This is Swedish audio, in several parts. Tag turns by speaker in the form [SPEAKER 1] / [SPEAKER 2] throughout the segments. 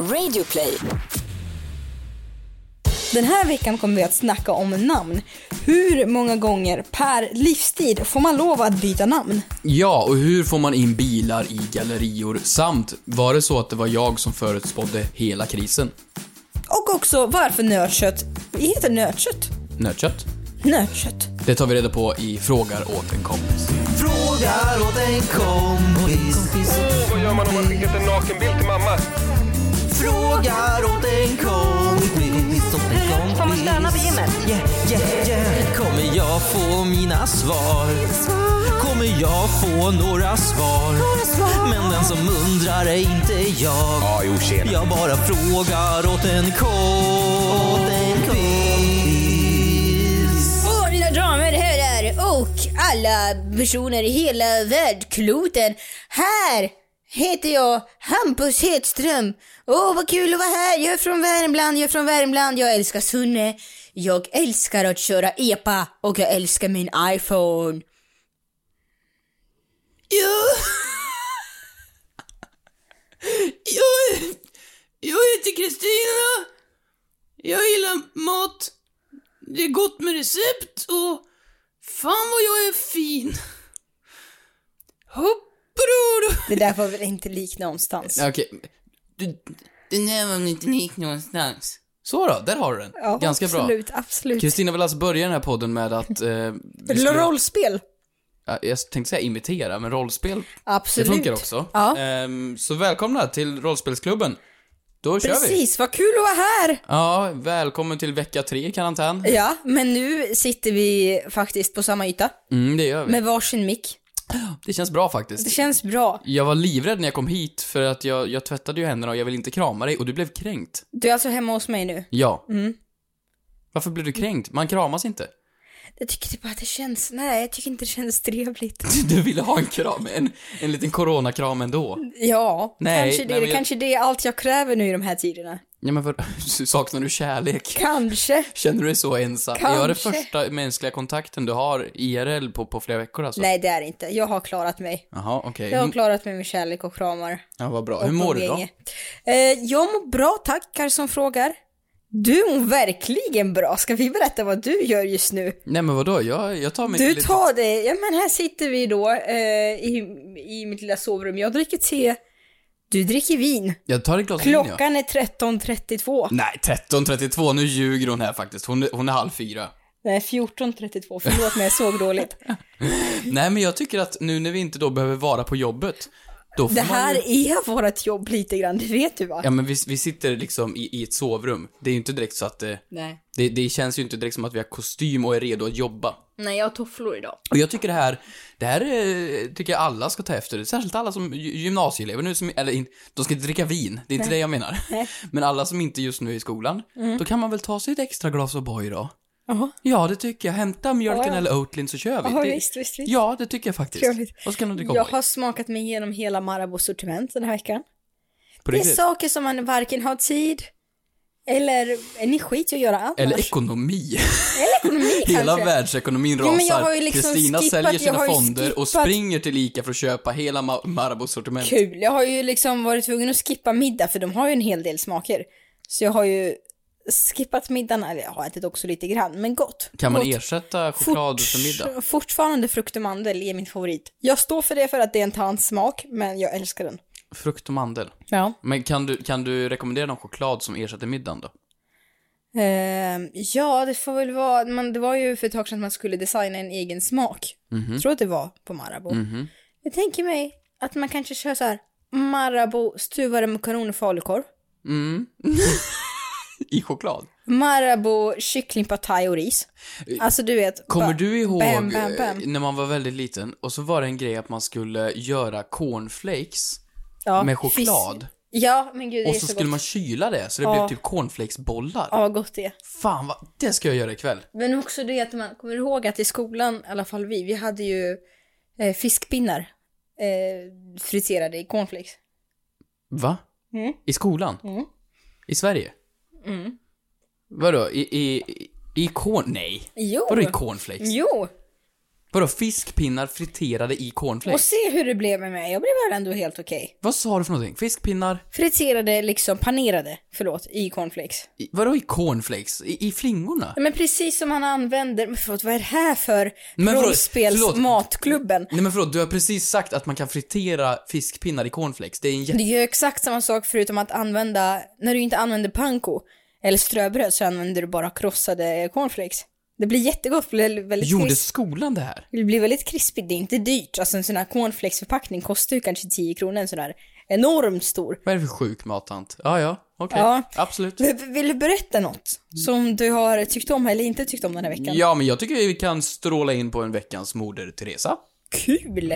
[SPEAKER 1] Radioplay.
[SPEAKER 2] Den här veckan kommer vi att snacka om namn. Hur många gånger per livstid får man lov att byta namn?
[SPEAKER 3] Ja, och hur får man in bilar i gallerior? Samt, var det så att det var jag som förutspådde hela krisen?
[SPEAKER 2] Och också, varför nötkött? Det heter nötkött.
[SPEAKER 3] Nötkött?
[SPEAKER 2] Nötkött.
[SPEAKER 3] Det tar vi reda på i Frågar åt en kompis.
[SPEAKER 4] Frågar åt en kompis.
[SPEAKER 5] Vad gör man om man skickat en nakenbild till mamma?
[SPEAKER 4] Frågar åt en kompis.
[SPEAKER 1] Får man stöna på gymmet?
[SPEAKER 4] Yeah. Kommer jag få mina svar? Kommer jag få några svar? Men den som undrar är inte jag.
[SPEAKER 5] Ja, jo, tjena.
[SPEAKER 4] Jag bara frågar åt en kompis.
[SPEAKER 2] Och mina damer och herrar och alla personer i hela världskloten. Här heter jag Hampus Hedström. Vad kul att vara här. Jag är från Värmland. Jag älskar Sunne. Jag älskar att köra epa. Och jag älskar min iPhone.
[SPEAKER 6] Jag heter Kristina. Jag gillar mat. Det är gott med recept och fan vad jag är fin. Hoppror.
[SPEAKER 2] Det där var väl inte lik någonstans.
[SPEAKER 3] Okej,
[SPEAKER 6] Den här var inte lik någonstans.
[SPEAKER 3] så då, där har du den.
[SPEAKER 2] Ja,
[SPEAKER 3] Ganska
[SPEAKER 2] absolut,
[SPEAKER 3] bra.
[SPEAKER 2] absolut.
[SPEAKER 3] Kristina vill alltså börja den här podden med att...
[SPEAKER 2] Rollspel.
[SPEAKER 3] Jag tänkte säga imitera, men rollspel,
[SPEAKER 2] Absolut.
[SPEAKER 3] det funkar också.
[SPEAKER 2] Ja.
[SPEAKER 3] Så välkomna till Rollspelsklubben. Då kör vi.
[SPEAKER 2] Precis, vad kul att vara här.
[SPEAKER 3] Ja, välkommen till vecka 3 i karantän.
[SPEAKER 2] Ja, men nu sitter vi faktiskt på samma yta.
[SPEAKER 3] Det gör vi.
[SPEAKER 2] Med varsin mick.
[SPEAKER 3] Det känns bra faktiskt.
[SPEAKER 2] Det känns bra.
[SPEAKER 3] Jag var livrädd när jag kom hit för att jag tvättade ju händerna och jag vill inte krama dig och du blev kränkt.
[SPEAKER 2] Du är alltså hemma hos mig nu.
[SPEAKER 3] Ja. Varför blev du kränkt? Man kramas inte.
[SPEAKER 2] Jag tycker typ att det känns... Nej, jag tycker inte det känns trevligt.
[SPEAKER 3] Du ville ha en kram, en liten coronakram ändå.
[SPEAKER 2] Ja,
[SPEAKER 3] Nej,
[SPEAKER 2] kanske det.
[SPEAKER 3] nej, men
[SPEAKER 2] Kanske det är allt jag kräver nu i de här tiderna.
[SPEAKER 3] Ja, men saknar du kärlek?
[SPEAKER 2] Kanske.
[SPEAKER 3] Känner du dig så ensam?
[SPEAKER 2] Kanske.
[SPEAKER 3] Jag är det första mänskliga kontakten du har IRL på flera veckor alltså.
[SPEAKER 2] Nej, det är det inte. Jag har klarat mig.
[SPEAKER 3] Jaha, okej.
[SPEAKER 2] Jag har klarat mig med kärlek och kramar.
[SPEAKER 3] Ja, vad bra.
[SPEAKER 2] Och
[SPEAKER 3] Hur mår du då?
[SPEAKER 2] umgänge. Jag mår bra, tackar som frågar. Du mår verkligen bra. Ska vi berätta vad du gör just nu?
[SPEAKER 3] Nej, men vadå? Jag tar mig
[SPEAKER 2] Du
[SPEAKER 3] lite...
[SPEAKER 2] tar det. Ja, men här sitter vi då i mitt lilla sovrum. Jag dricker te. Du dricker vin.
[SPEAKER 3] Jag tar ett glas vin, ja.
[SPEAKER 2] Klockan är 13.32.
[SPEAKER 3] Nej, 13.32. Nu ljuger hon här faktiskt. Hon är 3:30.
[SPEAKER 2] Nej, 14.32. Förlåt mig, jag såg dåligt.
[SPEAKER 3] Nej, men jag tycker att nu när vi inte då behöver vara på jobbet, då får
[SPEAKER 2] Det
[SPEAKER 3] man
[SPEAKER 2] här
[SPEAKER 3] ju...
[SPEAKER 2] är vårt jobb lite grann, det vet du va?
[SPEAKER 3] Ja, men vi sitter liksom i ett sovrum. Det är ju inte direkt så att
[SPEAKER 2] Nej.
[SPEAKER 3] det känns ju inte direkt som att vi har kostym och är redo att jobba.
[SPEAKER 2] Nej, jag har tofflor idag.
[SPEAKER 3] Och jag tycker det här tycker jag alla ska ta efter. Särskilt alla som gymnasieelever nu som, de ska inte dricka vin. Det är inte det jag menar. Men alla som inte just nu är i skolan, då kan man väl ta sig ett extra glas O'boy då.
[SPEAKER 2] Jaha.
[SPEAKER 3] Ja, det tycker jag. Hämta mjölken eller Oatly så kör vi.
[SPEAKER 2] Ja,
[SPEAKER 3] Det-
[SPEAKER 2] visst.
[SPEAKER 3] Ja, det tycker jag faktiskt.
[SPEAKER 2] Trevligt.
[SPEAKER 3] Och så kan du dricka
[SPEAKER 2] Jag
[SPEAKER 3] O'boy.
[SPEAKER 2] har smakat mig igenom hela Marabous sortiment den här veckan.
[SPEAKER 3] På
[SPEAKER 2] Det är
[SPEAKER 3] riktigt.
[SPEAKER 2] saker som man varken har tid eller energi till att göra annars.
[SPEAKER 3] Eller ekonomi.
[SPEAKER 2] Eller ekonomi kanske.
[SPEAKER 3] Hela världsekonomin
[SPEAKER 2] Ja, men jag har
[SPEAKER 3] rasar.
[SPEAKER 2] ju liksom
[SPEAKER 3] Kristina
[SPEAKER 2] skippat-
[SPEAKER 3] säljer
[SPEAKER 2] jag
[SPEAKER 3] sina
[SPEAKER 2] har ju
[SPEAKER 3] fonder och
[SPEAKER 2] skippat-
[SPEAKER 3] springer till Ica för att köpa hela Marabous sortiment.
[SPEAKER 2] Kul, jag har ju liksom varit tvungen att skippa middag för de har ju en hel del smaker. Så jag har ju skippat middagen, eller jag har ätit också lite grann, men gott.
[SPEAKER 3] Kan man
[SPEAKER 2] Gott.
[SPEAKER 3] ersätta choklad för middag?
[SPEAKER 2] Fortfarande frukt och mandel är min favorit. Jag står för det för att det är en tandsmak, men jag älskar den.
[SPEAKER 3] Frukt och mandel.
[SPEAKER 2] Ja.
[SPEAKER 3] Men kan du rekommendera någon choklad som ersätter middagen då?
[SPEAKER 2] Ja, det får väl vara... det var ju för ett tag sedan att man skulle designa en egen smak. Jag tror att det var på Marabou. Jag tänker mig att man kanske kör så här Marabou stuvade makaroner och falukorv.
[SPEAKER 3] I choklad?
[SPEAKER 2] Marabou kyckling, partaj och ris. Alltså du vet...
[SPEAKER 3] Kommer
[SPEAKER 2] bara
[SPEAKER 3] du ihåg
[SPEAKER 2] bam, bam.
[SPEAKER 3] när man var väldigt liten och så var det en grej att man skulle göra cornflakes
[SPEAKER 2] Ja,
[SPEAKER 3] med choklad?
[SPEAKER 2] Ja, men gud, det
[SPEAKER 3] Och
[SPEAKER 2] är
[SPEAKER 3] så
[SPEAKER 2] så
[SPEAKER 3] skulle
[SPEAKER 2] gott.
[SPEAKER 3] man kyla det så det
[SPEAKER 2] Ja.
[SPEAKER 3] blev typ cornflakesbollar.
[SPEAKER 2] Ja, vad gott det är.
[SPEAKER 3] Fan, det ska jag göra ikväll.
[SPEAKER 2] Men också det att man kommer ihåg att i skolan, i alla fall vi hade ju fiskpinnar friterade i cornflakes.
[SPEAKER 3] Va? I skolan? I Sverige? Vadå? I corn... Nej.
[SPEAKER 2] Jo.
[SPEAKER 3] Vadå i cornflakes?
[SPEAKER 2] Jo.
[SPEAKER 3] Vadå, fiskpinnar friterade i
[SPEAKER 2] Och
[SPEAKER 3] cornflakes?
[SPEAKER 2] se hur det blev med mig. Jag blev väl ändå helt okej.
[SPEAKER 3] Vad sa du för någonting? Fiskpinnar?
[SPEAKER 2] Friterade, liksom panerade, i cornflakes.
[SPEAKER 3] Vadå i cornflakes? I flingorna?
[SPEAKER 2] Ja, men precis som man använder, men förlåt, vad är det här för
[SPEAKER 3] Men
[SPEAKER 2] rollspelsmatklubben?
[SPEAKER 3] Nej men förlåt, du har precis sagt att man kan fritera fiskpinnar i cornflakes. Det är en
[SPEAKER 2] Det är ju exakt samma sak förutom att använda, när du inte använder panko eller ströbröd så använder du bara krossade cornflakes. Det blir jättegott, väldigt
[SPEAKER 3] Gjorde skolan det här?
[SPEAKER 2] Det blir väldigt krispigt, det är inte dyrt. Alltså en sån här cornflakesförpackning kostar ju kanske 10 kronor, en sån där enormt stor.
[SPEAKER 3] Vad är det för sjuk mattant? Ja, okej.
[SPEAKER 2] Ja.
[SPEAKER 3] Absolut.
[SPEAKER 2] Vill du berätta något som du har tyckt om eller inte tyckt om den här veckan?
[SPEAKER 3] Ja, men jag tycker vi kan stråla in på en veckans moder Teresa.
[SPEAKER 2] Kul!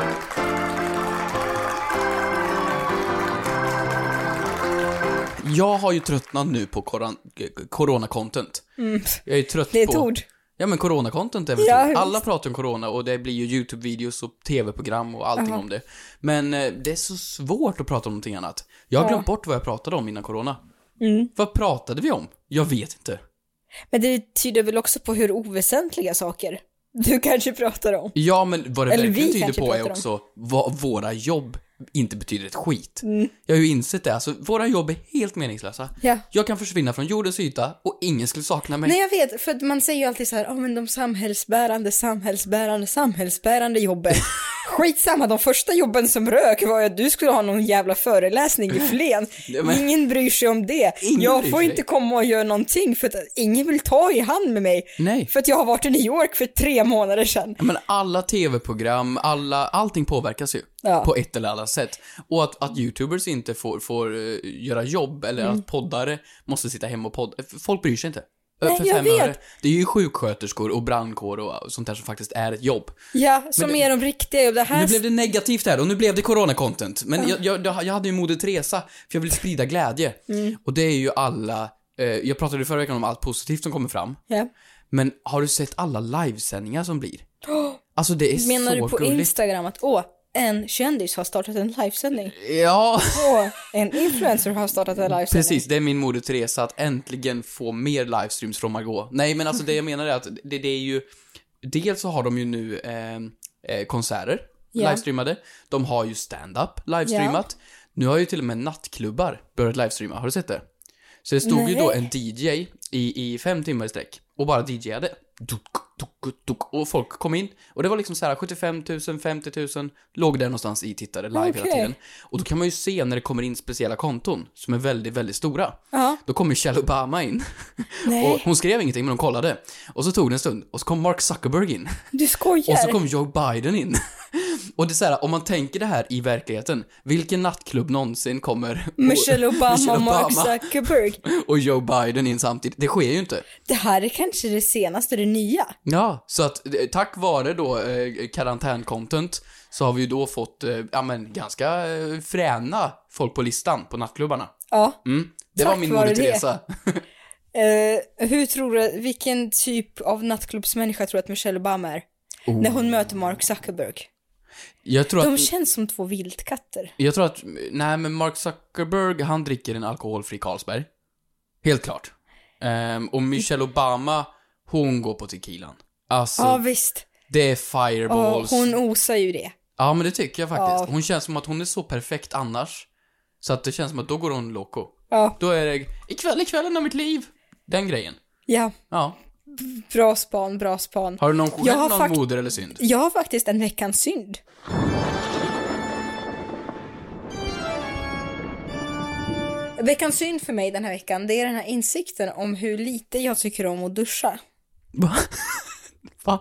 [SPEAKER 3] Jag har ju tröttnat nu på corona-content. Jag är ju trött
[SPEAKER 2] Det är
[SPEAKER 3] på...
[SPEAKER 2] ett ord.
[SPEAKER 3] Ja, men corona-content är väl
[SPEAKER 2] Ja,
[SPEAKER 3] så.
[SPEAKER 2] visst.
[SPEAKER 3] Alla pratar om corona och det blir ju YouTube-videos och TV-program och allting om det. Men det är så svårt att prata om någonting annat. Jag har glömt bort vad jag pratade om innan corona. Vad pratade vi om? Jag vet inte.
[SPEAKER 2] Men det tyder väl också på hur oväsentliga saker du kanske pratar om.
[SPEAKER 3] Ja, men vad det
[SPEAKER 2] Eller
[SPEAKER 3] verkligen
[SPEAKER 2] vi
[SPEAKER 3] tyder
[SPEAKER 2] kanske
[SPEAKER 3] på är
[SPEAKER 2] pratar om.
[SPEAKER 3] också vad våra jobb inte betyder ett skit. Jag har ju insett det. Alltså, våra jobb är helt meningslösa.
[SPEAKER 2] Ja.
[SPEAKER 3] Jag kan försvinna från jordens yta och ingen skulle sakna mig.
[SPEAKER 2] Nej, jag vet, för att man säger ju alltid så här, men de samhällsbärande jobben. Skitsamma, de första jobben som rök var ju att du skulle ha någon jävla föreläsning i Flen.
[SPEAKER 3] Ja, men-
[SPEAKER 2] Ingen bryr sig om det.
[SPEAKER 3] Ingen
[SPEAKER 2] Jag
[SPEAKER 3] bryr
[SPEAKER 2] får
[SPEAKER 3] sig.
[SPEAKER 2] inte komma och göra någonting för att ingen vill ta i hand med mig.
[SPEAKER 3] Nej.
[SPEAKER 2] För att jag har varit i New York för 3 månader sedan.
[SPEAKER 3] Ja, men alla TV-program, allting påverkas ju
[SPEAKER 2] Ja.
[SPEAKER 3] på ett eller annat sätt. Och att YouTubers inte får göra jobb eller att poddare måste sitta hemma och podda. Folk bryr sig inte.
[SPEAKER 2] Nej,
[SPEAKER 3] För
[SPEAKER 2] jag
[SPEAKER 3] 5
[SPEAKER 2] vet.
[SPEAKER 3] öre. Det är ju sjuksköterskor och brandkår och sånt där som faktiskt är ett jobb.
[SPEAKER 2] Ja, som
[SPEAKER 3] det-
[SPEAKER 2] är de riktiga jobb. Det här...
[SPEAKER 3] Nu blev det negativt här och nu blev det corona-content. Men jag hade ju moder Teresa för jag vill sprida glädje. Och det är ju alla... jag pratade förra veckan om allt positivt som kommer fram.
[SPEAKER 2] Ja.
[SPEAKER 3] Men har du sett alla livesändningar som blir? Alltså det är
[SPEAKER 2] Menar
[SPEAKER 3] så
[SPEAKER 2] du på
[SPEAKER 3] gulligt.
[SPEAKER 2] Instagram att en kändis har startat en livesändning?
[SPEAKER 3] Ja,
[SPEAKER 2] En influencer har startat en livesändning?
[SPEAKER 3] precis. Det är min moder Teresa att äntligen få mer livestreams från Margot. Nej, men alltså det jag menar är att det är ju... Dels så har de ju nu konserter livestreamade. De har ju stand-up livestreamat. Nu har ju till och med nattklubbar börjat livestreama. Har du sett det? Så det stod ju då en DJ i 5 timmar i sträck och bara DJade. Och folk kom in. Och det var liksom så här 75 000, 50 000 låg där någonstans i tittare live hela tiden. Och då kan man ju se när det kommer in speciella konton som är väldigt, väldigt stora. Då kommer Michelle Obama in. Och hon skrev ingenting men hon kollade. Och så tog det en stund. Och så kom Mark Zuckerberg in.
[SPEAKER 2] Du skojar?
[SPEAKER 3] Och så kom Joe Biden in. Och det är så här, om man tänker det här i verkligheten, vilken nattklubb någonsin kommer
[SPEAKER 2] Michelle Obama och Mark
[SPEAKER 3] Obama
[SPEAKER 2] Zuckerberg.
[SPEAKER 3] och Joe Biden in samtidigt? Det sker ju inte.
[SPEAKER 2] Det här är kanske det senaste, det nya.
[SPEAKER 3] Ja, så att tack vare då karantän-content så har vi ju då fått ganska fräna folk på listan på nattklubbarna.
[SPEAKER 2] Ja.
[SPEAKER 3] Det var
[SPEAKER 2] Tack
[SPEAKER 3] min
[SPEAKER 2] vare
[SPEAKER 3] moder
[SPEAKER 2] det.
[SPEAKER 3] Teresa.
[SPEAKER 2] Hur tror du, vilken typ av nattklubbsmänniska tror du att Michelle Obama är? När hon möter Mark Zuckerberg.
[SPEAKER 3] Jag tror
[SPEAKER 2] De
[SPEAKER 3] att
[SPEAKER 2] känns som 2 vildkatter.
[SPEAKER 3] nej men Mark Zuckerberg han dricker en alkoholfri Carlsberg. Helt klart. Och Michelle Obama hon går på tequilan. Alltså
[SPEAKER 2] Ja, visst.
[SPEAKER 3] det är
[SPEAKER 2] Och
[SPEAKER 3] fireballs.
[SPEAKER 2] hon osar ju det.
[SPEAKER 3] Ja, men det tycker jag faktiskt.
[SPEAKER 2] Ja.
[SPEAKER 3] Hon känns som att hon är så perfekt annars. Så att det känns som att då går hon loco.
[SPEAKER 2] Ja.
[SPEAKER 3] Då är det ikvällen av mitt liv. Den grejen.
[SPEAKER 2] Ja,
[SPEAKER 3] Ja.
[SPEAKER 2] bra span.
[SPEAKER 3] Har du
[SPEAKER 2] Jag har
[SPEAKER 3] någon moder eller synd?
[SPEAKER 2] Jag har faktiskt en veckans synd. Veckans synd för mig den här veckan, det är den här insikten om hur lite jag tycker om att duscha.
[SPEAKER 3] Va? Va?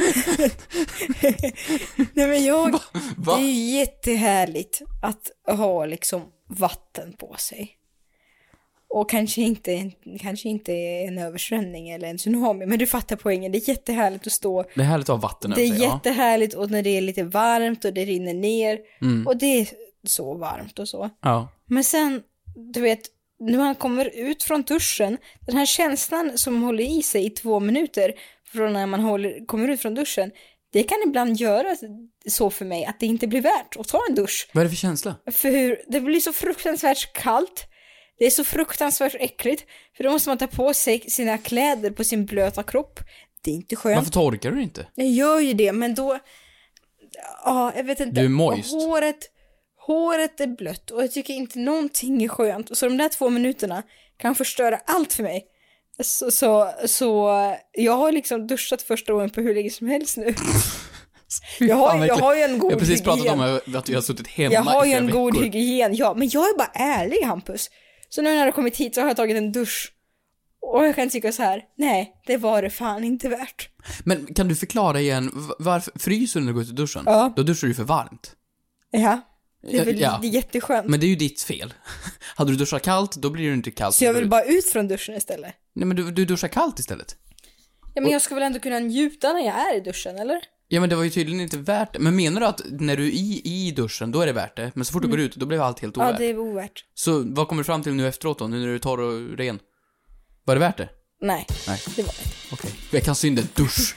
[SPEAKER 2] Nej men
[SPEAKER 3] Va?
[SPEAKER 2] det är ju jättehärligt att ha liksom vatten på sig. Och kanske inte en översvämning eller en tsunami, men du fattar poängen. Det är jättehärligt att stå.
[SPEAKER 3] Det är härligt att ha vatten
[SPEAKER 2] Det
[SPEAKER 3] över
[SPEAKER 2] är
[SPEAKER 3] sig,
[SPEAKER 2] jättehärligt och när det är lite varmt och det rinner ner. Och det är så varmt och så.
[SPEAKER 3] Ja.
[SPEAKER 2] Men sen, du vet, när man kommer ut från duschen, den här känslan som håller i sig i 2 minuter från när man kommer ut från duschen, det kan ibland göra så för mig att det inte blir värt att ta en dusch.
[SPEAKER 3] Vad är det för känsla?
[SPEAKER 2] För det blir så fruktansvärt kallt. Det är så fruktansvärt äckligt. För då måste man ta på sig sina kläder på sin blöta kropp. Det är inte skönt.
[SPEAKER 3] Varför torkar du inte?
[SPEAKER 2] Jag gör ju det, men då... Ja, jag vet inte.
[SPEAKER 3] Du är moist.
[SPEAKER 2] Och håret är blött och jag tycker inte någonting är skönt. Så de där 2 minuterna kan förstöra allt för mig. Så jag har liksom duschat första gången på hur länge som helst nu. Jag har ju en god hygien.
[SPEAKER 3] Jag har precis pratat om att du har suttit hemma.
[SPEAKER 2] Jag har ju
[SPEAKER 3] i
[SPEAKER 2] en
[SPEAKER 3] veckor.
[SPEAKER 2] god hygien, ja. Men jag är bara ärlig, Hampus. Så nu när jag kommit hit så har jag tagit en dusch. Och jag kan tycka så här: nej, det var det fan inte värt.
[SPEAKER 3] Men kan du förklara igen, varför fryser du när du går ut i duschen?
[SPEAKER 2] Ja.
[SPEAKER 3] Då duschar du för varmt.
[SPEAKER 2] Ja, det är väl
[SPEAKER 3] Ja.
[SPEAKER 2] det är jätteskönt.
[SPEAKER 3] Men det är ju ditt fel. Hade du duschat kallt, då blir det inte kallt.
[SPEAKER 2] Så jag vill bara ut från duschen istället.
[SPEAKER 3] Nej, men du duschar kallt istället.
[SPEAKER 2] Ja, men jag ska väl ändå kunna njuta när jag är i duschen, eller?
[SPEAKER 3] Ja, men det var ju tydligen inte värt det. Men menar du att när du är i duschen, då är det värt det? Men så fort du går ut, då blir allt helt ovärt.
[SPEAKER 2] Ja, det är ovärt.
[SPEAKER 3] Så vad kommer du fram till nu efteråt då, nu när du är torr och ren? Var det värt det?
[SPEAKER 2] Nej,
[SPEAKER 3] Nej.
[SPEAKER 2] det var det inte.
[SPEAKER 3] Okej. Veckans synd är dusch.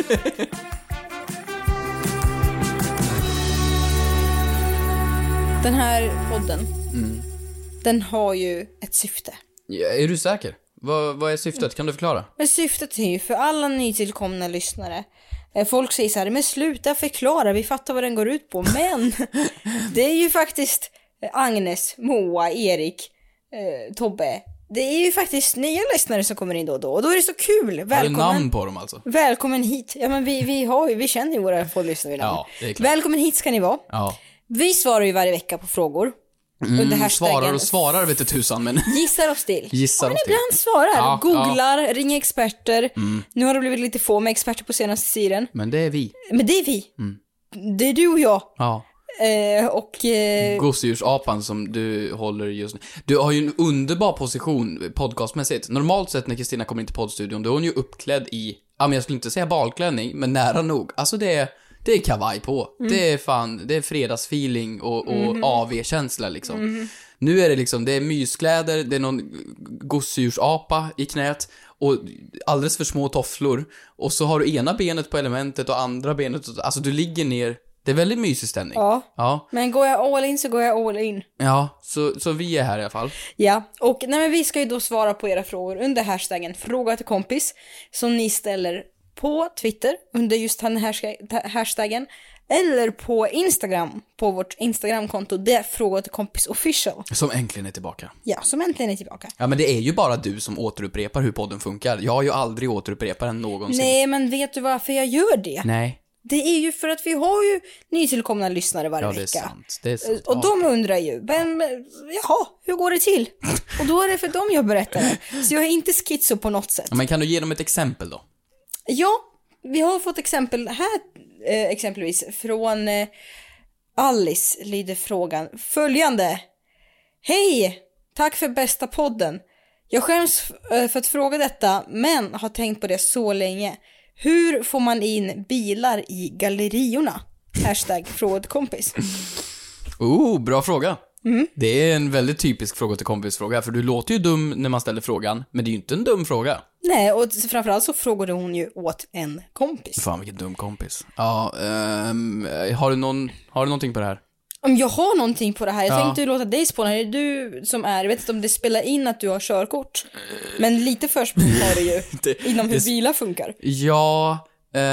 [SPEAKER 2] Den här podden, den har ju ett syfte.
[SPEAKER 3] Ja, är du säker? Vad är syftet? Kan du förklara?
[SPEAKER 2] Men syftet är ju för alla nytillkomna lyssnare. Folk säger så här: men sluta förklara, vi fattar vad den går ut på. Men det är ju faktiskt Agnes, Moa, Erik, Tobbe. Det är ju faktiskt nya lyssnare som kommer in då och då. Och då är det så kul.
[SPEAKER 3] Har du
[SPEAKER 2] Välkommen.
[SPEAKER 3] namn på dem alltså?
[SPEAKER 2] Välkommen hit. Ja, men vi känner ju våra poddlyssnare.
[SPEAKER 3] Ja, det är klart.
[SPEAKER 2] Välkommen hit ska ni vara.
[SPEAKER 3] Ja.
[SPEAKER 2] Vi svarar ju varje vecka på frågor. Under hashtaggen
[SPEAKER 3] Svarar vet du tusan, men...
[SPEAKER 2] Gissar oss till.
[SPEAKER 3] Gissar
[SPEAKER 2] men
[SPEAKER 3] oss till.
[SPEAKER 2] ibland svarar.
[SPEAKER 3] Ja,
[SPEAKER 2] Googlar, ringer experter. Nu har det blivit lite få med experter på senaste tiden.
[SPEAKER 3] Men det är vi.
[SPEAKER 2] Men det är vi. Det är du och jag.
[SPEAKER 3] Ja. Gosedjursapan som du håller just nu. Du har ju en underbar position podcastmässigt. Normalt sett när Kristina kommer in till poddstudion, då är hon ju uppklädd i, ja, men jag skulle inte säga balklänning, men nära nog. Alltså det är kavaj på. Det är fredagsfeeling och AV-känsla liksom. Nu är det liksom, det är myskläder, det är någon gosedjursapa i knät och alldeles för små tofflor. Och så har du ena benet på elementet och andra benet, alltså du ligger ner. Det är väldigt mysig ställning. Ja.
[SPEAKER 2] Men går jag all in så går jag all in.
[SPEAKER 3] Ja, så vi är här i alla fall.
[SPEAKER 2] Ja, och men vi ska ju då svara på era frågor under hashtaggen Fråga till kompis, som ni ställer på Twitter under just den här hashtaggen, eller på Instagram, på vårt Instagramkonto, det är Fråga till kompis official.
[SPEAKER 3] Som äntligen är tillbaka.
[SPEAKER 2] Ja, som äntligen är tillbaka.
[SPEAKER 3] Ja, men det är ju bara du som återupprepar hur podden funkar. Jag har ju aldrig återupprepat den någonsin.
[SPEAKER 2] Nej, men vet du varför jag gör det?
[SPEAKER 3] Nej.
[SPEAKER 2] Det är ju för att vi har ju nytillkomna lyssnare varje vecka.
[SPEAKER 3] Det är sant.
[SPEAKER 2] Och de undrar ju, men jaha, hur går det till? Och då är det för dem jag berättar. Så jag är inte schizo på något sätt.
[SPEAKER 3] Ja, men kan du ge dem ett exempel då?
[SPEAKER 2] Ja, vi har fått exempel här, exempelvis från Alice lyder frågan följande: hej, tack för bästa podden. Jag skäms för att fråga detta, men har tänkt på det så länge. Hur får man in bilar i galleriorna? Hashtag fråga till kompis.
[SPEAKER 3] Bra fråga. Det är en väldigt typisk fråga till kompis-fråga, för du låter ju dum när man ställer frågan, men det är ju inte en dum fråga.
[SPEAKER 2] Nej, och framförallt så frågade hon ju åt en kompis.
[SPEAKER 3] Fan, vilken dum kompis. Ja, har du någonting på det här?
[SPEAKER 2] Om jag har någonting på det här, jag tänkte ju låta dig spåna. Det är du som är, jag vet inte om det spelar in att du har körkort, men lite försprång har du ju inom hur bilar funkar.
[SPEAKER 3] Ja,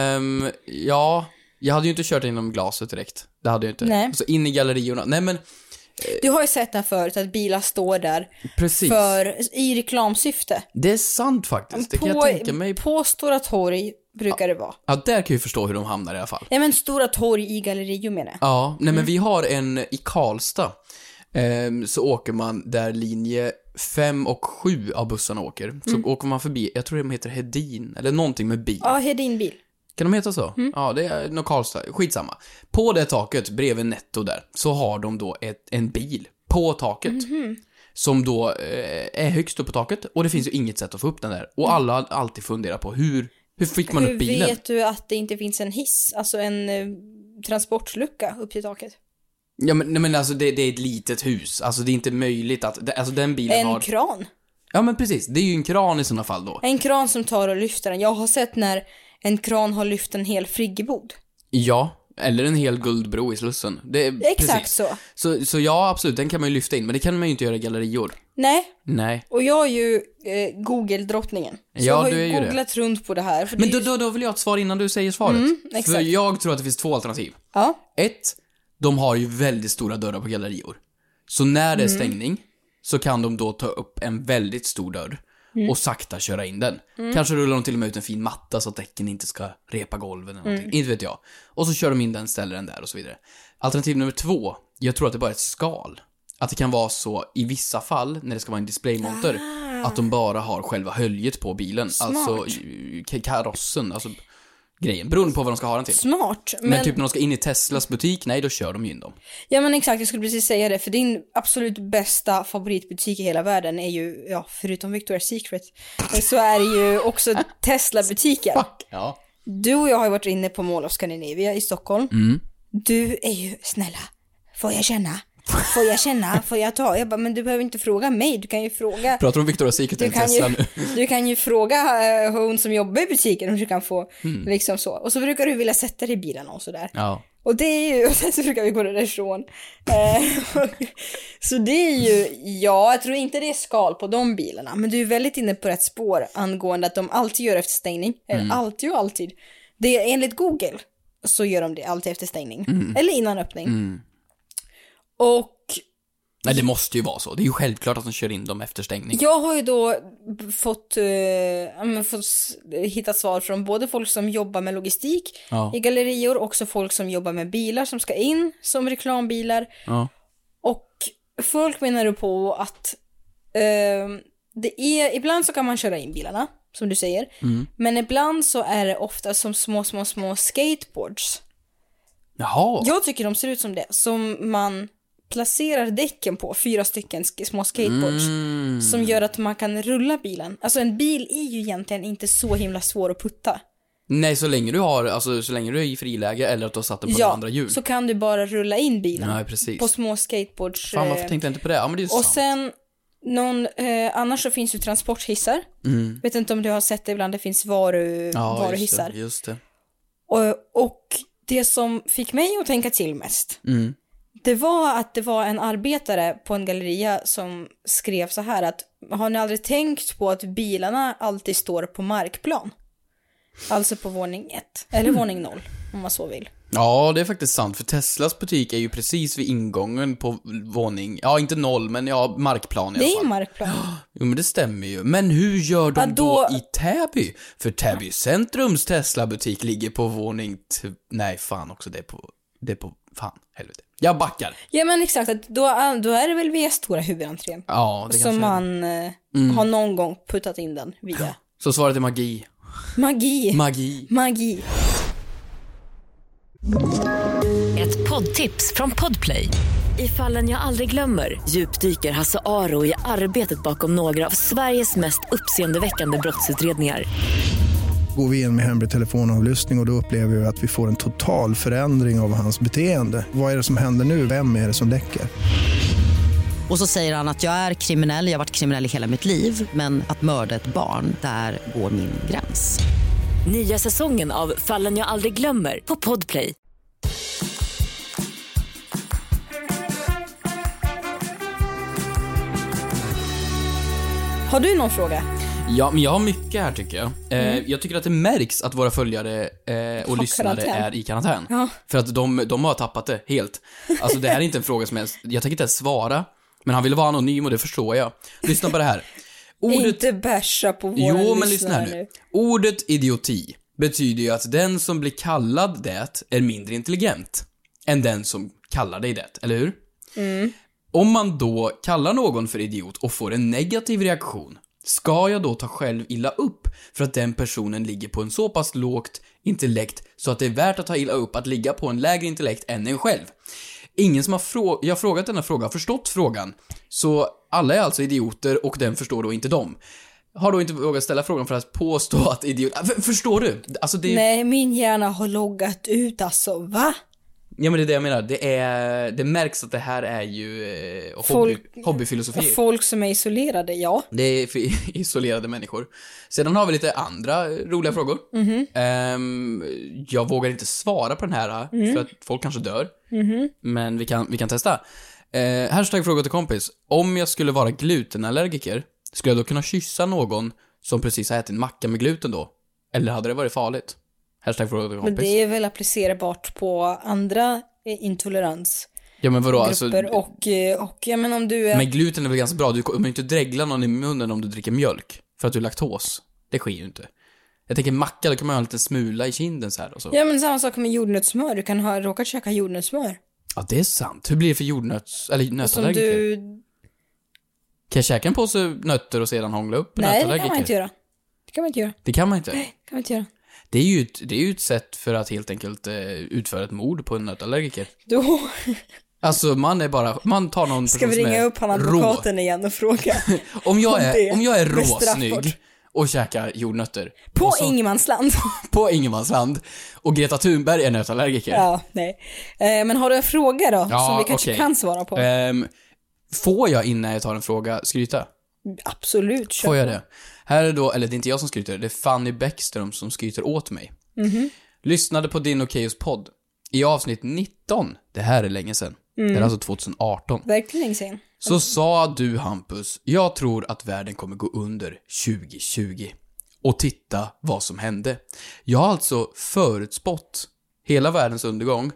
[SPEAKER 3] jag hade ju inte kört inom glaset direkt. Det hade jag inte.
[SPEAKER 2] Nej.
[SPEAKER 3] Så in i galleriorna. Nej, men
[SPEAKER 2] du har ju sett där förut att bilar står där
[SPEAKER 3] precis.
[SPEAKER 2] I reklamsyfte.
[SPEAKER 3] Det är sant faktiskt. Det kan jag tänka mig.
[SPEAKER 2] På Stora torg brukar det vara.
[SPEAKER 3] Ja, där kan jag ju förstå hur de hamnar i alla fall.
[SPEAKER 2] Ja, men Stora torg i gallerior menar jag.
[SPEAKER 3] Ja, nej men vi har en i Karlstad. Så åker man där linje 5 och 7 av bussarna åker. Så åker man förbi, jag tror de heter Hedin eller någonting med bil.
[SPEAKER 2] Ja, Hedin-bil.
[SPEAKER 3] Kan de heta så? Ja, det är nog Karlstad. Skitsamma. På det taket, bredvid Netto där, så har de då en bil på taket. Som då är högst upp på taket. Och det finns ju inget sätt att få upp den där. Och alla har alltid funderat på hur fick man upp bilen?
[SPEAKER 2] Hur vet du att det inte finns en hiss? Alltså en transportlucka upp till taket?
[SPEAKER 3] Ja, men alltså det är ett litet hus. Alltså det är inte möjligt att... Alltså den bilen har...
[SPEAKER 2] En kran?
[SPEAKER 3] Ja, men precis. Det är ju en kran i sådana fall då.
[SPEAKER 2] En kran som tar och lyfter den. Jag har sett när en kran har lyft en hel friggebod.
[SPEAKER 3] Ja, Eller en hel guldbro i Slussen. Det är
[SPEAKER 2] Exakt
[SPEAKER 3] precis. Så ja, absolut, den kan man ju lyfta in. Men det kan man ju inte göra i gallerior.
[SPEAKER 2] Nej. Och jag är ju Google-drottningen. Så jag har ju googlat runt på det här. För
[SPEAKER 3] men då vill jag ha ett svar innan du säger svaret.
[SPEAKER 2] Exakt.
[SPEAKER 3] För jag tror att det finns 2 alternativ.
[SPEAKER 2] Ja.
[SPEAKER 3] 1, de har ju väldigt stora dörrar på gallerior. Så när det är stängning så kan de då ta upp en väldigt stor dörr och sakta köra in den. Kanske rullar de till och med ut en fin matta så att däcken inte ska repa golven eller någonting. Inte vet jag. Och så kör de in den, ställer den där och så vidare. Alternativ nummer 2, jag tror att det bara är ett skal. Att det kan vara så i vissa fall när det ska vara en displaymonter att de bara har själva höljet på bilen.
[SPEAKER 2] Smart.
[SPEAKER 3] Alltså karossen, alltså grejen, beroende på vad de ska ha den till.
[SPEAKER 2] Smart.
[SPEAKER 3] Men typ när de ska in i Teslas butik, nej, då kör de ju in dem.
[SPEAKER 2] Ja, men exakt, jag skulle precis säga det. För din absolut bästa favoritbutik i hela världen är ju, ja, förutom Victoria's Secret, så är det ju också Tesla-butiken.
[SPEAKER 3] Fuck, ja.
[SPEAKER 2] Du och jag har ju varit inne på Mall of Scandinavia i Stockholm. Du är ju, snälla, får jag känna? Får jag ta? Jag bara, men du behöver inte fråga mig. Du kan ju fråga...
[SPEAKER 3] Pratar om Victoria's Secret eller Tesla nu?
[SPEAKER 2] Du kan ju fråga hon som jobbar i butiken om du kan få liksom så. Och så brukar du vilja sätta dig i bilen och sådär.
[SPEAKER 3] Ja.
[SPEAKER 2] Och det är ju... Och sen så brukar vi gå därifrån. Så det är ju... Ja, jag tror inte det är skal på de bilarna. Men du är väldigt inne på rätt spår angående att de alltid gör efter stängning. Alltid. Det är enligt Google så gör de det alltid efter stängning. Eller innan öppning. Och...
[SPEAKER 3] Nej, det måste ju vara så. Det är ju självklart att de kör in dem efter stängning.
[SPEAKER 2] Jag har ju då fått hitta svar från både folk som jobbar med logistik i gallerior, också folk som jobbar med bilar som ska in som reklambilar. Ja. Och folk menar ju på att det är, ibland så kan man köra in bilarna, som du säger. Men ibland så är det ofta som små skateboards.
[SPEAKER 3] Jaha.
[SPEAKER 2] Jag tycker de ser ut som det. Som man placerar däcken på, 4 stycken små skateboards. Som gör att man kan rulla bilen. Alltså en bil är ju egentligen inte så himla svår att putta.
[SPEAKER 3] Nej, så länge du är i friläge eller att du har satt den på andra hjul.
[SPEAKER 2] Så kan du bara rulla in bilen.
[SPEAKER 3] Nej, precis.
[SPEAKER 2] På små skateboards.
[SPEAKER 3] Fan, varför tänkte jag inte på det? Ja, men det är ju sant.
[SPEAKER 2] Och sen annars så finns ju transporthissar. Vet inte om du har sett det ibland, det finns varuhissar.
[SPEAKER 3] Just det.
[SPEAKER 2] Och det som fick mig att tänka till mest, det var att det var en arbetare på en galleria som skrev så här att har ni aldrig tänkt på att bilarna alltid står på markplan? Alltså på våning 1 eller våning 0 om man så vill.
[SPEAKER 3] Ja, det är faktiskt sant, för Teslas butik är ju precis vid ingången på våning, ja inte 0 men markplan i alla fall.
[SPEAKER 2] Det är markplan.
[SPEAKER 3] Jo, men det stämmer ju. Men hur gör de då i Täby? För Täby centrums Tesla-butik ligger på våning nej, fan också, det är på fan, helvete. Jag backar. Ja, men exakt,
[SPEAKER 2] då är det väl via stora huvudentrén.
[SPEAKER 3] Ja, det
[SPEAKER 2] som man har någon gång puttat in den via.
[SPEAKER 3] Så svaret är magi.
[SPEAKER 2] Magi.
[SPEAKER 1] Ett poddtips från Podplay. I Fallen jag aldrig glömmer djupdyker Hasse Aro i arbetet bakom några av Sveriges mest uppseendeväckande brottsutredningar.
[SPEAKER 7] Går vi in med hemlig telefonavlyssning och då upplever vi att vi får en total förändring av hans beteende. Vad är det som händer nu? Vem är det som läcker?
[SPEAKER 8] Och så säger han att jag är kriminell, jag har varit kriminell i hela mitt liv. Men att mörda ett barn, där går min gräns.
[SPEAKER 1] Nya säsongen av Fallen jag aldrig glömmer på Podplay.
[SPEAKER 2] Har du någon fråga?
[SPEAKER 3] Ja, men jag har mycket här tycker jag. Jag tycker att det märks att våra följare och lyssnare är i karantän. Ja. För att de har tappat det helt. Alltså det här är inte en fråga som jag tänker inte svara. Men han ville vara anonym och det förstår jag. Lyssna på det här.
[SPEAKER 2] Inte bärsa på våra lyssnare.
[SPEAKER 3] Jo, men lyssna här nu. Ordet idioti betyder ju att den som blir kallad det är mindre intelligent än den som kallar dig det, eller hur? Om man då kallar någon för idiot och får en negativ reaktion, ska jag då ta själv illa upp för att den personen ligger på en så pass lågt intellekt så att det är värt att ta illa upp att ligga på en lägre intellekt än en själv? Ingen som jag har frågat denna fråga har förstått frågan. Så alla är alltså idioter och den förstår då inte dem. Har då inte vågat ställa frågan för att påstå att idiot... Förstår du? Alltså det...
[SPEAKER 2] Nej, min hjärna har loggat ut alltså, va?
[SPEAKER 3] Ja, men det är det jag menar. Det märks att det här är ju hobbyfilosofi.
[SPEAKER 9] Folk som är isolerade, ja.
[SPEAKER 3] Det är för isolerade människor. Sedan har vi lite andra roliga frågor. Jag vågar inte svara på den här för att folk kanske dör. Men vi kan testa. Hashtag fråga till kompis. Om jag skulle vara glutenallergiker, skulle jag då kunna kyssa någon som precis har ätit en macka med gluten då? Eller hade det varit farligt? Hashtag fråga till kompis.
[SPEAKER 9] Men det är väl applicerbart på andra intolerans.
[SPEAKER 3] Ja, men vadå?
[SPEAKER 9] Grupper
[SPEAKER 3] alltså,
[SPEAKER 9] och ja, men om du är...
[SPEAKER 3] Men gluten är väl ganska bra. Du kommer inte dregla någon i munnen om du dricker mjölk. För att du är laktos. Det sker ju inte. Jag tänker macka, då kan man ha en liten smula i kinden så här och så.
[SPEAKER 9] Ja, men samma sak med jordnötssmör. Du kan ha råkat käka jordnötssmör.
[SPEAKER 3] Ja, det är sant. Hur blir det för nötallergiker? Kan jag käka en påse nötter och sedan hångla upp
[SPEAKER 9] Nej,
[SPEAKER 3] nötallergiker?
[SPEAKER 9] det kan man inte göra. Det kan man inte göra.
[SPEAKER 3] Det kan man inte?
[SPEAKER 9] Nej, det kan man inte göra.
[SPEAKER 3] Det är ju ett sätt för att helt enkelt utföra ett mord på en nötallergiker.
[SPEAKER 9] Då...
[SPEAKER 3] Alltså, man tar någon person
[SPEAKER 9] som är rå. Ska vi ringa upp han advokaten igen och fråga?
[SPEAKER 3] om jag är råsnygg och käkar jordnötter.
[SPEAKER 9] På Ingenmansland.
[SPEAKER 3] På Ingenmansland. Och Greta Thunberg är nötallergiker.
[SPEAKER 9] Ja, nej. Men har du en fråga då?
[SPEAKER 3] Ja,
[SPEAKER 9] som vi kanske kan svara på?
[SPEAKER 3] Får jag innan jag tar en fråga skryta?
[SPEAKER 9] Absolut.
[SPEAKER 3] Får jag det? Här är då, eller det är inte jag som skryter, det är Fanny Bäckström som skryter åt mig. Lyssnade på din och Keyos podd i avsnitt 19. Det här är länge sedan. Det är alltså 2018.
[SPEAKER 9] Verkligen länge sedan.
[SPEAKER 3] Så sa du, Hampus, jag tror att världen kommer gå under 2020. Och titta vad som hände. Jag har alltså förutspått hela världens undergång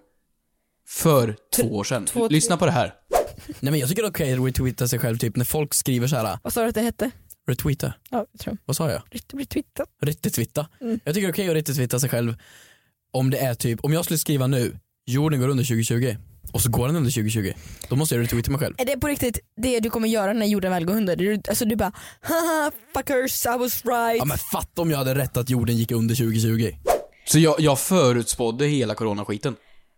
[SPEAKER 3] för 2 år sedan. Lyssna på det här.
[SPEAKER 4] Nej, men jag tycker det är okej att retweeta sig själv typ när folk skriver så här.
[SPEAKER 9] Vad sa du att det hette?
[SPEAKER 4] Retweeta.
[SPEAKER 9] Ja, jag tror.
[SPEAKER 4] Vad sa jag?
[SPEAKER 9] Retweeta.
[SPEAKER 4] Retweeta. Jag tycker det är okej att retweeta sig själv om det är typ, om jag skulle skriva nu, jorden går under 2020 och så går den under 2020, då måste jag retweeta mig själv.
[SPEAKER 9] Är det på riktigt det du kommer göra när jorden väl går under? Alltså du bara, haha, fuckers, I was right.
[SPEAKER 4] Ja, men fatta om jag hade rätt att jorden gick under 2020.
[SPEAKER 3] Så jag förutspådde hela coronaskiten.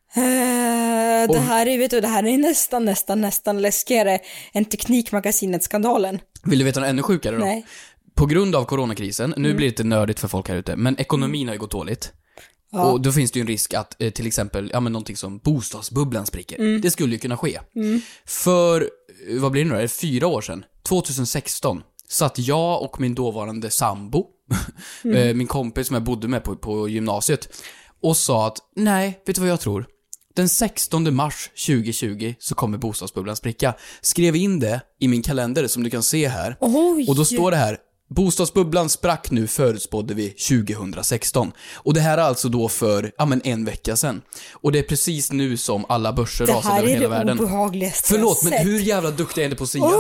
[SPEAKER 9] Det här är, vet du, det här är nästan läskigare än Teknikmagasinet-skandalen.
[SPEAKER 3] Vill du veta något ännu sjukare då?
[SPEAKER 9] Nej.
[SPEAKER 3] På grund av coronakrisen, nu blir det lite nördigt för folk här ute, men ekonomin har ju gått dåligt. Ja. Och då finns det ju en risk att till exempel, ja men någonting som bostadsbubblan spricker. Det skulle ju kunna ske. För, vad blir det nu då? 4 år sedan, 2016, satt jag och min dåvarande sambo, min kompis som jag bodde med på gymnasiet, och sa att, nej, vet du vad jag tror? Den 16 mars 2020 så kommer bostadsbubblan spricka. Skrev in det i min kalender som du kan se här.
[SPEAKER 9] Oj.
[SPEAKER 3] Och då står det här: bostadsbubblan sprack nu, förutspådde vi 2016. Och det här är alltså då för, en vecka sedan. Och det är precis nu som alla börser rasar över hela världen.
[SPEAKER 9] Det här är det obehagligaste.
[SPEAKER 3] Förlåt, men hur jävla duktig är det på att säga?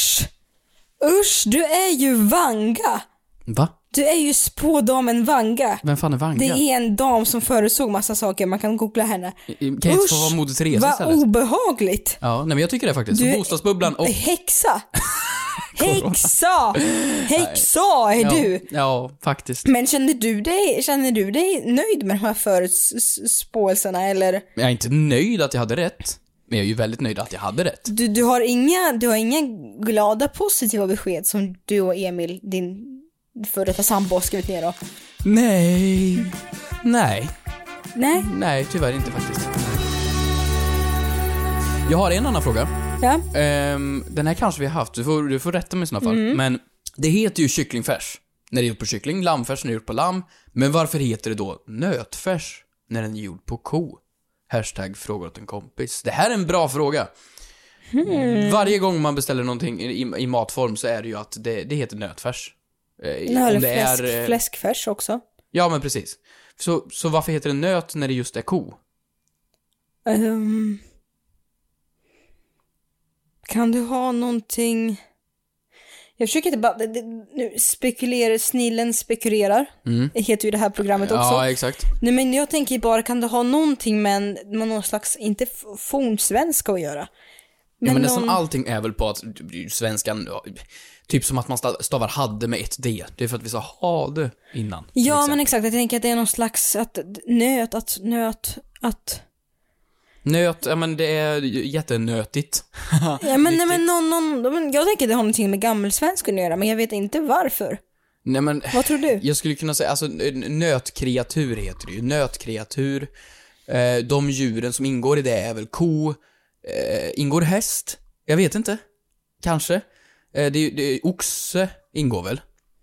[SPEAKER 9] Usch, du är ju Vanga.
[SPEAKER 3] Va?
[SPEAKER 9] Du är ju spådamen Vanga.
[SPEAKER 3] Vem fan är Vanga?
[SPEAKER 9] Det är en dam som förutsåg massa saker. Man kan googla henne.
[SPEAKER 3] Kan jag inte få vara Moder Teresa istället?
[SPEAKER 9] Vad obehagligt.
[SPEAKER 3] Ja, nej men jag tycker det faktiskt. Så bostadsbubblan och...
[SPEAKER 9] Häxa. Häxa är du.
[SPEAKER 3] Ja, faktiskt.
[SPEAKER 9] Men känner du dig nöjd med de här förutspåelserna eller?
[SPEAKER 3] Jag är inte nöjd att jag hade rätt. Men jag är ju väldigt nöjd att jag hade rätt.
[SPEAKER 9] Du har inga glada positiva besked som du och Emil, din för detta sambo, skrivit ner då? Nej, tyvärr inte faktiskt.
[SPEAKER 3] Jag har en annan fråga.
[SPEAKER 9] Ja.
[SPEAKER 3] Den här kanske vi har haft. Du får rätta mig i sådana fall. Men det heter ju kycklingfärs när det är gjort på kyckling, lammfärs när det är gjort på lamm. Men varför heter det då nötfärs när den är gjord på ko? Hashtag fråga åt en kompis. Det här är en bra fråga. Varje gång man beställer någonting i matform så är det ju att det heter nötfärs.
[SPEAKER 9] Eller fläskfärs också.
[SPEAKER 3] Ja, men precis. Så varför heter det nöt när det just är ko?
[SPEAKER 9] Kan du ha någonting... Jag försöker inte bara... Nu snillen spekulerar. Det heter ju det här programmet också.
[SPEAKER 3] Ja, exakt.
[SPEAKER 9] Nej, men jag tänker bara, kan det ha någonting med någon slags, inte fornsvenska att göra?
[SPEAKER 3] Men nästan allting är väl på att svenskan... Typ som att man stavar hade med ett D. Det är för att vi sa hade innan.
[SPEAKER 9] Ja, men exakt. Jag tänker att det är någon slags
[SPEAKER 3] Nöt, ja men det är jättenötigt.
[SPEAKER 9] Ja, men jag tänker att det har någonting med gammelsvenska att göra, men jag vet inte varför.
[SPEAKER 3] Nej, men
[SPEAKER 9] vad tror du?
[SPEAKER 3] Jag skulle kunna säga, alltså nötkreatur heter det ju. Nötkreatur. De djuren som ingår i det är väl ko, ingår häst? Jag vet inte. Kanske. Det oxe ingår väl.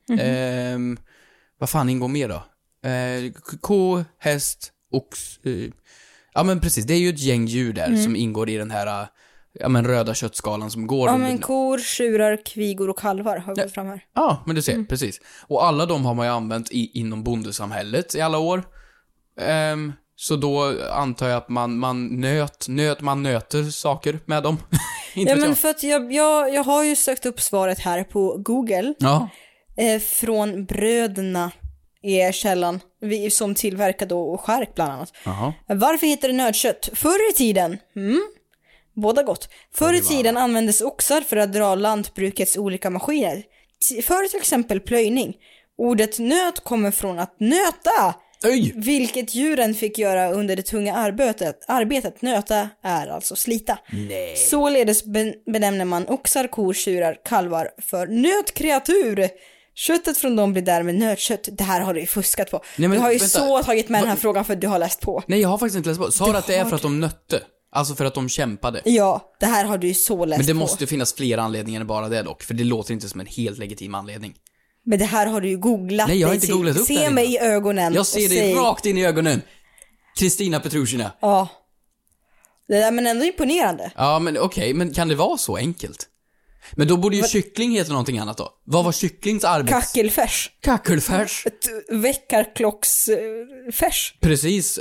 [SPEAKER 3] Vad fan ingår mer då? Ko, häst, ox. Ja men precis, det är ju ett gäng djur där som ingår i den här röda köttskalan som går.
[SPEAKER 9] Ja men kor, tjurar, kvigor och kalvar har vi fram här.
[SPEAKER 3] Ja, men du ser, precis. Och alla de har man ju använt inom bondesamhället i alla år. Så då antar jag att man nöter saker med dem.
[SPEAKER 9] Ja men för att jag har ju sökt upp svaret här på Google.
[SPEAKER 3] Ja.
[SPEAKER 9] Från bröderna är källan som tillverkar då skärk bland annat.
[SPEAKER 3] Aha.
[SPEAKER 9] Varför heter det nötkött? Förr i tiden, båda gott. Förr i tiden användes oxar för att dra lantbrukets olika maskiner. För till exempel plöjning. Ordet nöt kommer från att nöta. Vilket djuren fick göra under det tunga arbetet. Nöta är alltså slita.
[SPEAKER 3] Nej.
[SPEAKER 9] Således benämner man oxar, kor, tjurar, kalvar för nötkreatur. Köttet från dem blir därmed nötkött. Det här har du ju fuskat på. Nej, men, du har ju tagit med den här frågan för att du har läst på.
[SPEAKER 3] Nej, jag har faktiskt inte läst på. Sa du att det är för att de nötte? Alltså för att de kämpade?
[SPEAKER 9] Ja, det här har du ju så läst på.
[SPEAKER 3] Men det måste finnas fler anledningar än bara det dock. För det låter inte som en helt legitim anledning.
[SPEAKER 9] Men det här har du ju googlat. Nej,
[SPEAKER 3] jag har inte googlat upp det.
[SPEAKER 9] Se mig i ögonen.
[SPEAKER 3] Jag ser dig rakt in i ögonen. Kristina Petrushina.
[SPEAKER 9] Ja. Det där men ändå imponerande.
[SPEAKER 3] Ja, men okej. Men kan det vara så enkelt? Men då borde ju kyckling heta någonting annat då. Vad var kycklings
[SPEAKER 9] Kackelfärs.
[SPEAKER 3] Kackelfärs.
[SPEAKER 9] Ett väckarklocksfärs.
[SPEAKER 3] Precis.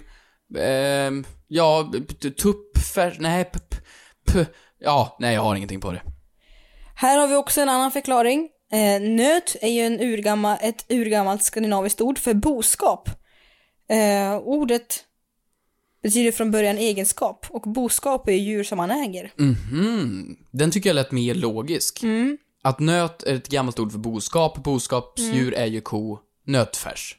[SPEAKER 3] Ja, tuppfärs. Nej, ja, nej, jag har ingenting på det.
[SPEAKER 9] Här har vi också en annan förklaring. Nöt är ju ett urgammalt skandinaviskt ord för boskap. Ordet betyder från början egenskap. Och boskap är djur som man äger.
[SPEAKER 3] Den tycker jag lät mer logisk. Att nöt är ett gammalt ord för boskap. Boskapsdjur är ju ko, nötfärs.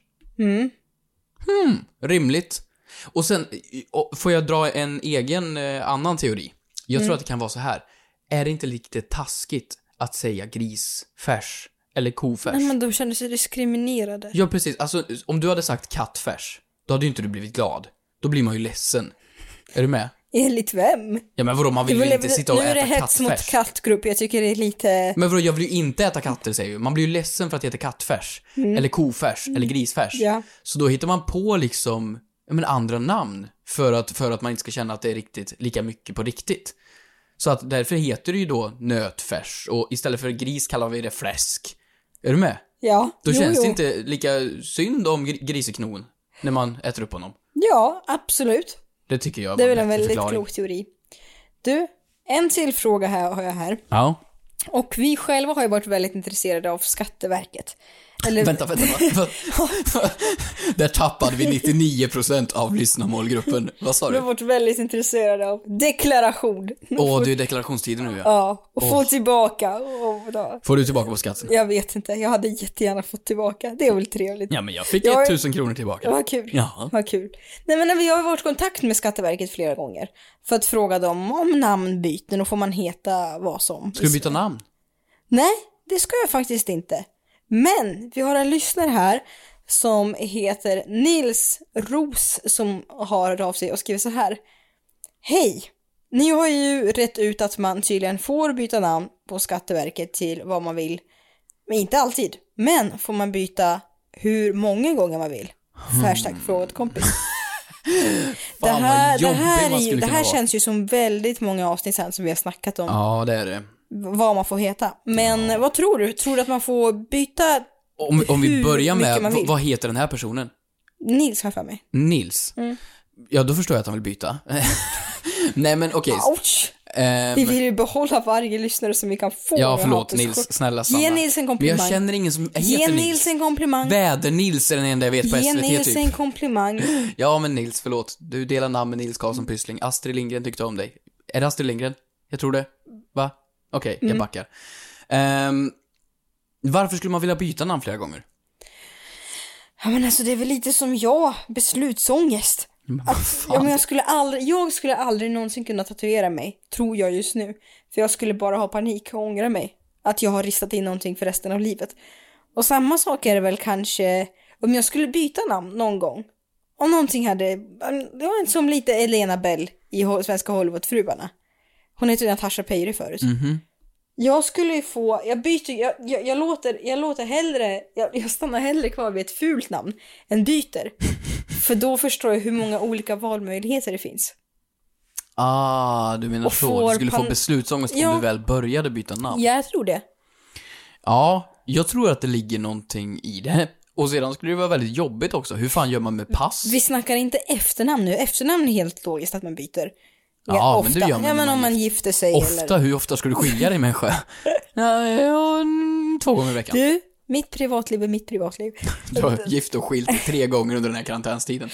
[SPEAKER 3] Rimligt. Och sen får jag dra en egen annan teori. Jag tror att det kan vara så här. Är det inte lite taskigt att säga grisfärs eller kofärs?
[SPEAKER 9] Nej, men de känner sig diskriminerade.
[SPEAKER 3] Ja, precis. Alltså, om du hade sagt kattfärs, då hade ju inte du blivit glad. Då blir man ju ledsen. Är du med?
[SPEAKER 9] Enligt vem?
[SPEAKER 3] Ja, men vadå, man vill ju inte sitta och äta kattfärs.
[SPEAKER 9] Nu är det hets mot kattgrupp, jag tycker det är lite...
[SPEAKER 3] Men vadå, jag vill ju inte äta katter, säger ju. Man blir ju ledsen för att äta kattfärs. Eller kofärs, eller grisfärs.
[SPEAKER 9] Ja.
[SPEAKER 3] Så då hittar man på liksom, andra namn. För att man inte ska känna att det är riktigt lika mycket på riktigt. Så att därför heter det ju då nötfärs. Och istället för gris kallar vi det fläsk. Är du med?
[SPEAKER 9] Ja.
[SPEAKER 3] Då känns det inte lika synd om griseknon när man äter upp honom.
[SPEAKER 9] Ja, absolut.
[SPEAKER 3] Det tycker jag var
[SPEAKER 9] det är väl
[SPEAKER 3] en
[SPEAKER 9] väldigt klok teori. Du, en till fråga här har jag här.
[SPEAKER 3] Ja.
[SPEAKER 9] Och vi själva har ju varit väldigt intresserade av Skatteverket. Eller...
[SPEAKER 3] Vänta. Där tappade vi 99% av lyssnarmålgruppen. Vad sa du?
[SPEAKER 9] Vi har varit väldigt intresserade av deklaration.
[SPEAKER 3] Det är deklarationstiden nu, ja.
[SPEAKER 9] Ja, och få tillbaka.
[SPEAKER 3] Får du tillbaka på skatten?
[SPEAKER 9] Jag vet inte, jag hade jättegärna fått tillbaka. Det är väl trevligt.
[SPEAKER 3] Ja, men jag fick 1000 kronor tillbaka.
[SPEAKER 9] Vad kul.
[SPEAKER 3] Ja.
[SPEAKER 9] Vad kul. Nej, men vi har varit i kontakt med Skatteverket flera gånger. För att fråga dem om namnbyten och får man heta vad som.
[SPEAKER 3] Ska du byta namn?
[SPEAKER 9] Nej, det ska jag faktiskt inte. Men vi har en lyssnare här som heter Nils Ros som har hört av sig och skriver så här. Hej, ni har ju rätt ut att man tydligen får byta namn på Skatteverket till vad man vill. Men inte alltid. Men får man byta hur många gånger man vill? Hashtag frågat kompis. Det här känns ju som väldigt många avsnitt sen som vi har snackat om.
[SPEAKER 3] Ja, det är det.
[SPEAKER 9] Vad man får heta. Men vad tror du? Tror du att man får byta?
[SPEAKER 3] Om vi börjar med, vad heter den här personen?
[SPEAKER 9] Nils har för mig.
[SPEAKER 3] Nils? Ja, då förstår jag att han vill byta. Nej, men okej.
[SPEAKER 9] Ouch! Vi vill ju behålla varje lyssnare som vi kan få.
[SPEAKER 3] Ja, förlåt Nils, snälla stanna.
[SPEAKER 9] Ge Nils en komplimang.
[SPEAKER 3] Men jag känner ingen som heter Nils.
[SPEAKER 9] Ge Nils en komplimang.
[SPEAKER 3] Väder-Nils är den enda jag vet på SVT typ.
[SPEAKER 9] Ge Nils en komplimang.
[SPEAKER 3] Ja, men Nils, förlåt. Du delar namn med Nils Karlsson Pyssling. Astrid Lindgren tyckte om dig. Är det Astrid Lindgren? Jag tror det. Va? Okej, jag backar. Varför skulle man vilja byta namn flera gånger?
[SPEAKER 9] Ja, men alltså det är väl lite som beslutsångest. Men jag skulle aldrig någonsin kunna tatuera mig, tror jag just nu. För jag skulle bara ha panik och ångra mig att jag har ristat in någonting för resten av livet. Och samma sak är det väl kanske om jag skulle byta namn någon gång. om någonting hade, det var inte som lite Elena Bell i Svenska Hollywoodfruarna. Hon heter Natasha Peire förut. Jag skulle ju få, jag byter, jag låter hellre, jag stannar hellre kvar vid ett fult namn än byter. För då förstår jag hur många olika valmöjligheter det finns.
[SPEAKER 3] Du menar så. Du skulle få beslutsångest om du väl började byta namn.
[SPEAKER 9] Ja, jag tror det.
[SPEAKER 3] Ja, jag tror att det ligger någonting i det. Och sedan skulle det vara väldigt jobbigt också. Hur fan gör man med pass?
[SPEAKER 9] Vi snackar inte efternamn nu. Efternamn är helt logiskt att man byter.
[SPEAKER 3] Ja,
[SPEAKER 9] ofta.
[SPEAKER 3] men det gör man.
[SPEAKER 9] Ja, men om man gifter sig
[SPEAKER 3] ofta,
[SPEAKER 9] eller...
[SPEAKER 3] hur ofta ska du skilja dig människa? 2 gånger i veckan.
[SPEAKER 9] Du, mitt privatliv är mitt privatliv.
[SPEAKER 3] Du har gift och skilt 3 gånger under den här karantänstiden.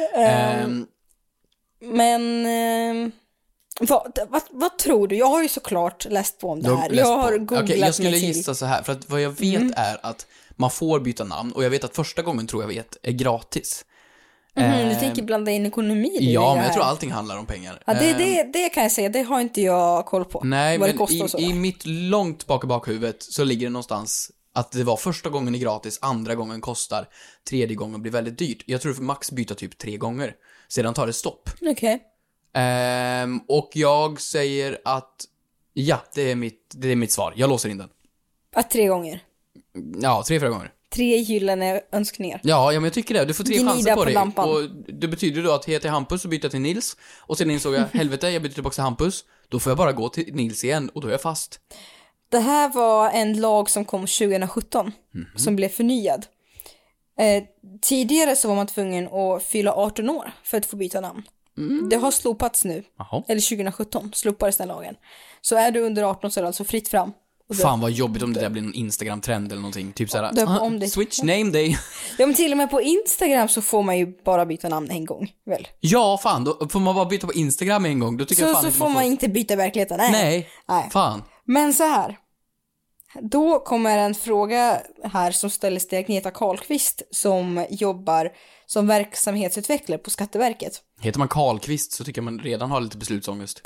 [SPEAKER 9] Men... Vad tror du? Jag har ju såklart läst på om det här. Jag har googlat
[SPEAKER 3] Okej, jag skulle
[SPEAKER 9] mig till.
[SPEAKER 3] gissa så här. För att vad jag vet är att man får byta namn. Och jag vet att första gången tror jag vet är gratis.
[SPEAKER 9] Du tänker blanda in ekonomi i
[SPEAKER 3] Ja,
[SPEAKER 9] det
[SPEAKER 3] men jag
[SPEAKER 9] här.
[SPEAKER 3] tror allting handlar om pengar.
[SPEAKER 9] Ja, det kan jag säga. Det har inte jag koll på.
[SPEAKER 3] Nej,
[SPEAKER 9] vad
[SPEAKER 3] men
[SPEAKER 9] det kostar och så.
[SPEAKER 3] i mitt långt bak i bakhuvudet så ligger det någonstans att det var första gången är gratis, andra gången kostar, tredje gången blir väldigt dyrt. Jag tror för max byta typ 3 gånger. Sedan tar det stopp.
[SPEAKER 9] Okej.
[SPEAKER 3] Och jag säger att ja, det är mitt svar. Jag låser in den.
[SPEAKER 9] Att 3 gånger.
[SPEAKER 3] Ja, 3-4 gånger.
[SPEAKER 9] 3 gyllene önskningar.
[SPEAKER 3] Ja, men jag tycker det. Du får 3 chanser på dig.
[SPEAKER 9] Lampan.
[SPEAKER 3] Och det betyder då att heter jag Hampus så byter jag till Nils. Och sen insåg jag, helvete, jag byter tillbaka till Hampus. Då får jag bara gå till Nils igen och då är jag fast.
[SPEAKER 9] Det här var en lag som kom 2017 som blev förnyad. Tidigare så var man tvungen att fylla 18 år för att få byta namn. Det har slopats nu.
[SPEAKER 3] Jaha.
[SPEAKER 9] Eller 2017 slopades den lagen. Så är du under 18 så är det alltså fritt fram.
[SPEAKER 3] Fan vad jobbigt om det där blir någon Instagram-trend eller någonting. Typ såhär, switch name day.
[SPEAKER 9] Ja, men till och med på Instagram så får man ju bara byta namn en gång, väl?
[SPEAKER 3] Ja, fan, då får man bara byta på Instagram en gång. Då tycker jag fan
[SPEAKER 9] så
[SPEAKER 3] inte
[SPEAKER 9] får man inte byta verkligheten, nej.
[SPEAKER 3] Fan.
[SPEAKER 9] Men så här. Då kommer en fråga här som ställs till Agneta Karlqvist som jobbar som verksamhetsutvecklare på Skatteverket.
[SPEAKER 3] Heter man Karlqvist så tycker jag man redan har lite beslutsångest.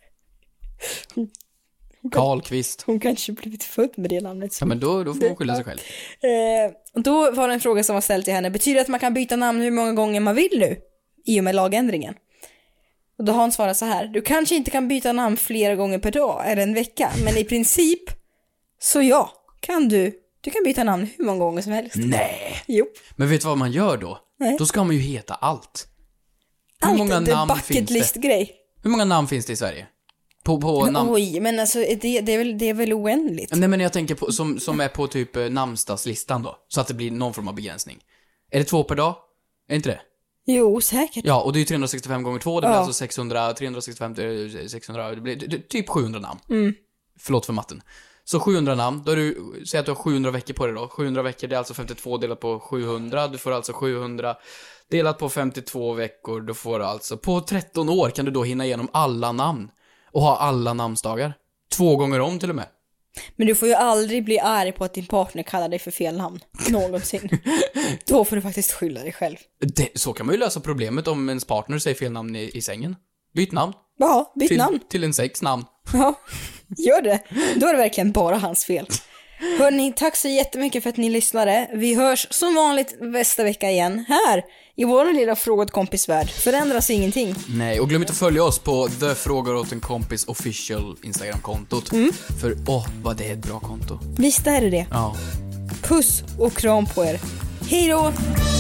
[SPEAKER 3] Karlqvist.
[SPEAKER 9] Hon kanske blivit född med det namnet.
[SPEAKER 3] Ja, men då får hon skylla sig själv.
[SPEAKER 9] Då var det en fråga som var ställd till henne. Betyder det att man kan byta namn hur många gånger man vill nu? I och med lagändringen. Och då har hon svarat så här. Du kanske inte kan byta namn flera gånger per dag eller en vecka. Men i princip så ja, kan du kan byta namn hur många gånger som helst.
[SPEAKER 3] Nej.
[SPEAKER 9] Jo.
[SPEAKER 3] Men vet du vad man gör då?
[SPEAKER 9] Nej.
[SPEAKER 3] Då ska man ju heta allt.
[SPEAKER 9] Hur många namn finns det?
[SPEAKER 3] Hur många namn finns det i Sverige? På namn...
[SPEAKER 9] Oj, men alltså det är väl oändligt.
[SPEAKER 3] Nej, men jag tänker på som är på typ namnsdagslistan då. Så att det blir någon form av begränsning. Är det 2 per dag? Är inte det?
[SPEAKER 9] Jo, säkert.
[SPEAKER 3] Ja, och det är ju 365 gånger 2. Det blir alltså 600, 365, 600, det blir typ 700 namn. Förlåt för matten. Så 700 namn, då är du, säg att du har 700 veckor på det då. 700 veckor, det är alltså 52 delat på 700. Du får alltså 700 delat på 52 veckor. Då får du alltså, på 13 år kan du då hinna igenom alla namn. Och ha alla namnsdagar. 2 gånger om till och med.
[SPEAKER 9] Men du får ju aldrig bli arg på att din partner kallar dig för fel namn. Någonsin. Då får du faktiskt skylla dig själv.
[SPEAKER 3] Så kan man ju lösa problemet om ens partner säger fel namn i sängen. Byt namn.
[SPEAKER 9] Ja, byt namn.
[SPEAKER 3] Till en sexnamn.
[SPEAKER 9] Ja, gör det. Då är det verkligen bara hans fel. Hörrni, tack så jättemycket för att ni lyssnade. Vi hörs som vanligt nästa vecka igen. Här, i vår lilla Fråga åt kompisvärld. Förändras ingenting.
[SPEAKER 3] Nej, och glöm inte att följa oss på The Frågar åt en kompis official Instagram-kontot. För, vad det är ett bra konto.
[SPEAKER 9] Visst är det.
[SPEAKER 3] Ja.
[SPEAKER 9] Puss och kram på er. Hej då!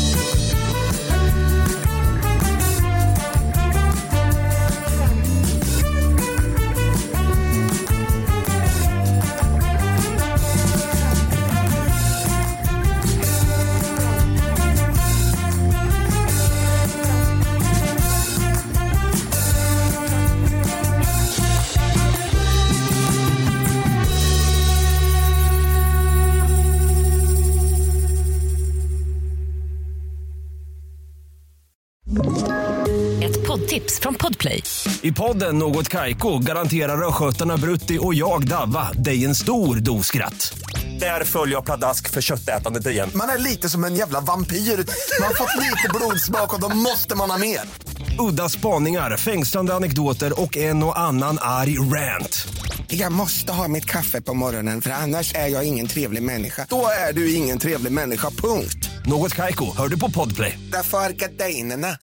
[SPEAKER 1] Poddtips från Podplay.
[SPEAKER 10] I podden Något Kaiko garanterar röskötarna Brutti och jag Davva dig en stor doskratt. Där följer jag pladask för köttätandet igen.
[SPEAKER 11] Man är lite som en jävla vampyr. Man har fått lite blodsmak och då måste man ha mer.
[SPEAKER 10] Udda spaningar, fängslande anekdoter och en och annan arg rant.
[SPEAKER 11] Jag måste ha mitt kaffe på morgonen för annars är jag ingen trevlig människa. Då är du ingen trevlig människa, punkt.
[SPEAKER 10] Något Kaiko, hör du på Podplay.
[SPEAKER 11] Därför är gardinerna.